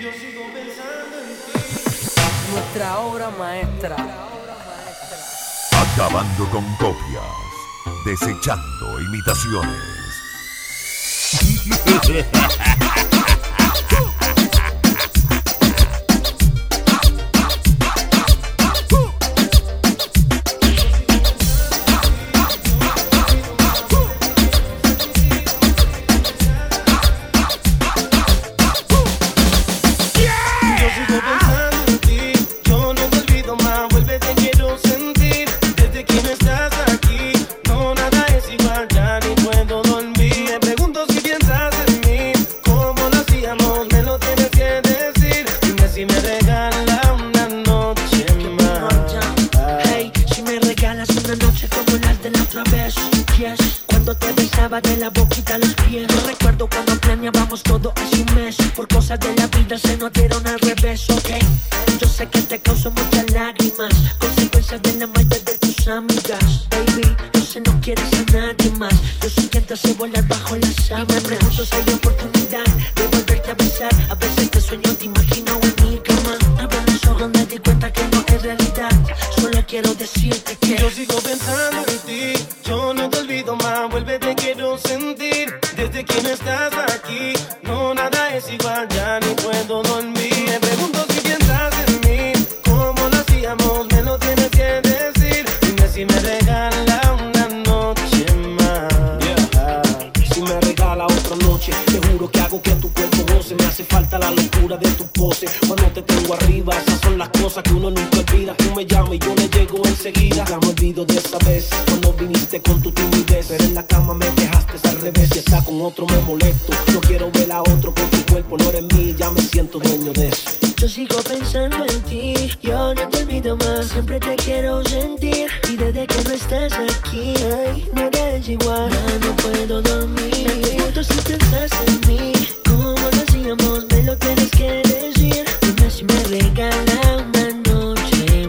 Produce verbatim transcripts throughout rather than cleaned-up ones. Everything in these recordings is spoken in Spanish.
yo sigo pensando en ti. Nuestra obra maestra. Acabando con copias, desechando imitaciones. De la boquita a los pies. Yo recuerdo cuando planeábamos todo hace un mes. Por cosas de la vida se nos dieron al revés, ok. Yo sé que te causó muchas lágrimas, consecuencias de la maldad de tus amigas. Baby, yo sé no quieres a nadie más. Yo soy quien te hace volar bajo la sábana. Y me pregunto si hay oportunidad de volverte a besar. A veces te sueño, te imagino en mi cama. Abro los ojos, me di cuenta que no es realidad. Solo quiero decirte que yo sigo pensando en ti. Yo no te olvido más, vuelve, te quiero sentir. Desde que no estás aquí, no, nada es igual, ya ni puedo dormir. Me pregunto si piensas en mí, cómo lo hacíamos, me lo tienes que decir. Dime si me regala una noche más, yeah. Si me regala otra noche, te juro que hago que tu cuerpo goce. Me hace falta la locura de tu pose. Cuando te tengo arriba, esas son las cosas que uno nunca olvida. Tú me llamas y yo le llego enseguida. Ya me olvido de esa vez, cuando viniste con tu timidez. Pero en la cama me dejaste al revés. Si está con otro me molesto. No quiero ver a otro con tu cuerpo, no eres mí. Ya me siento dueño de eso. Yo sigo pensando en ti, yo no te olvido más. Siempre te quiero sentir. Y desde que no estás aquí, ay, no eres igual, ya no puedo dormir. Me pregunto si piensas en mí, cómo lo hacíamos, me lo tienes que decir. Dime si me regala una noche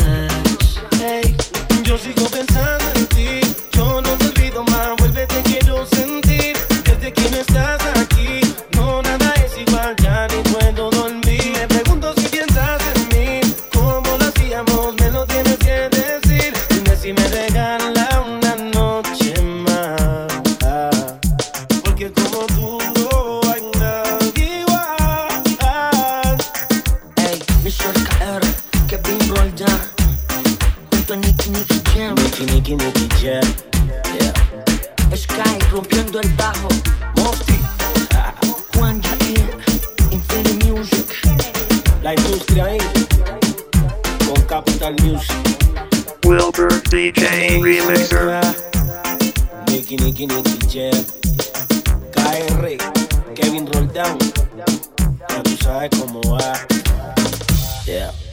más. Hey, yo sigo pensando en ti, yo no te olvido más, vuelve, te quiero sentir. Desde que no estás aquí, no, nada es igual, ya ni puedo dormir. Me pregunto si piensas en mí, cómo lo hacíamos, me lo tienes que decir. Dime si me regala una noche más, ah, porque como tú no hay nadie igual. Hey, mister K R, Kevin Roldan, junto a Nicky Nicky Jam. Nicky, Nicky, Nicky Jam, yeah. Sky rompiendo el bajo, Mofti, ah, Juan Jair, Infinity Music. la industria ahí, con Capital Music. Wilbur D J Remixer. Nicky, Nicky, Nicky Jam, K R, Kevin Roldan. Ya tú sabes cómo va, yeah.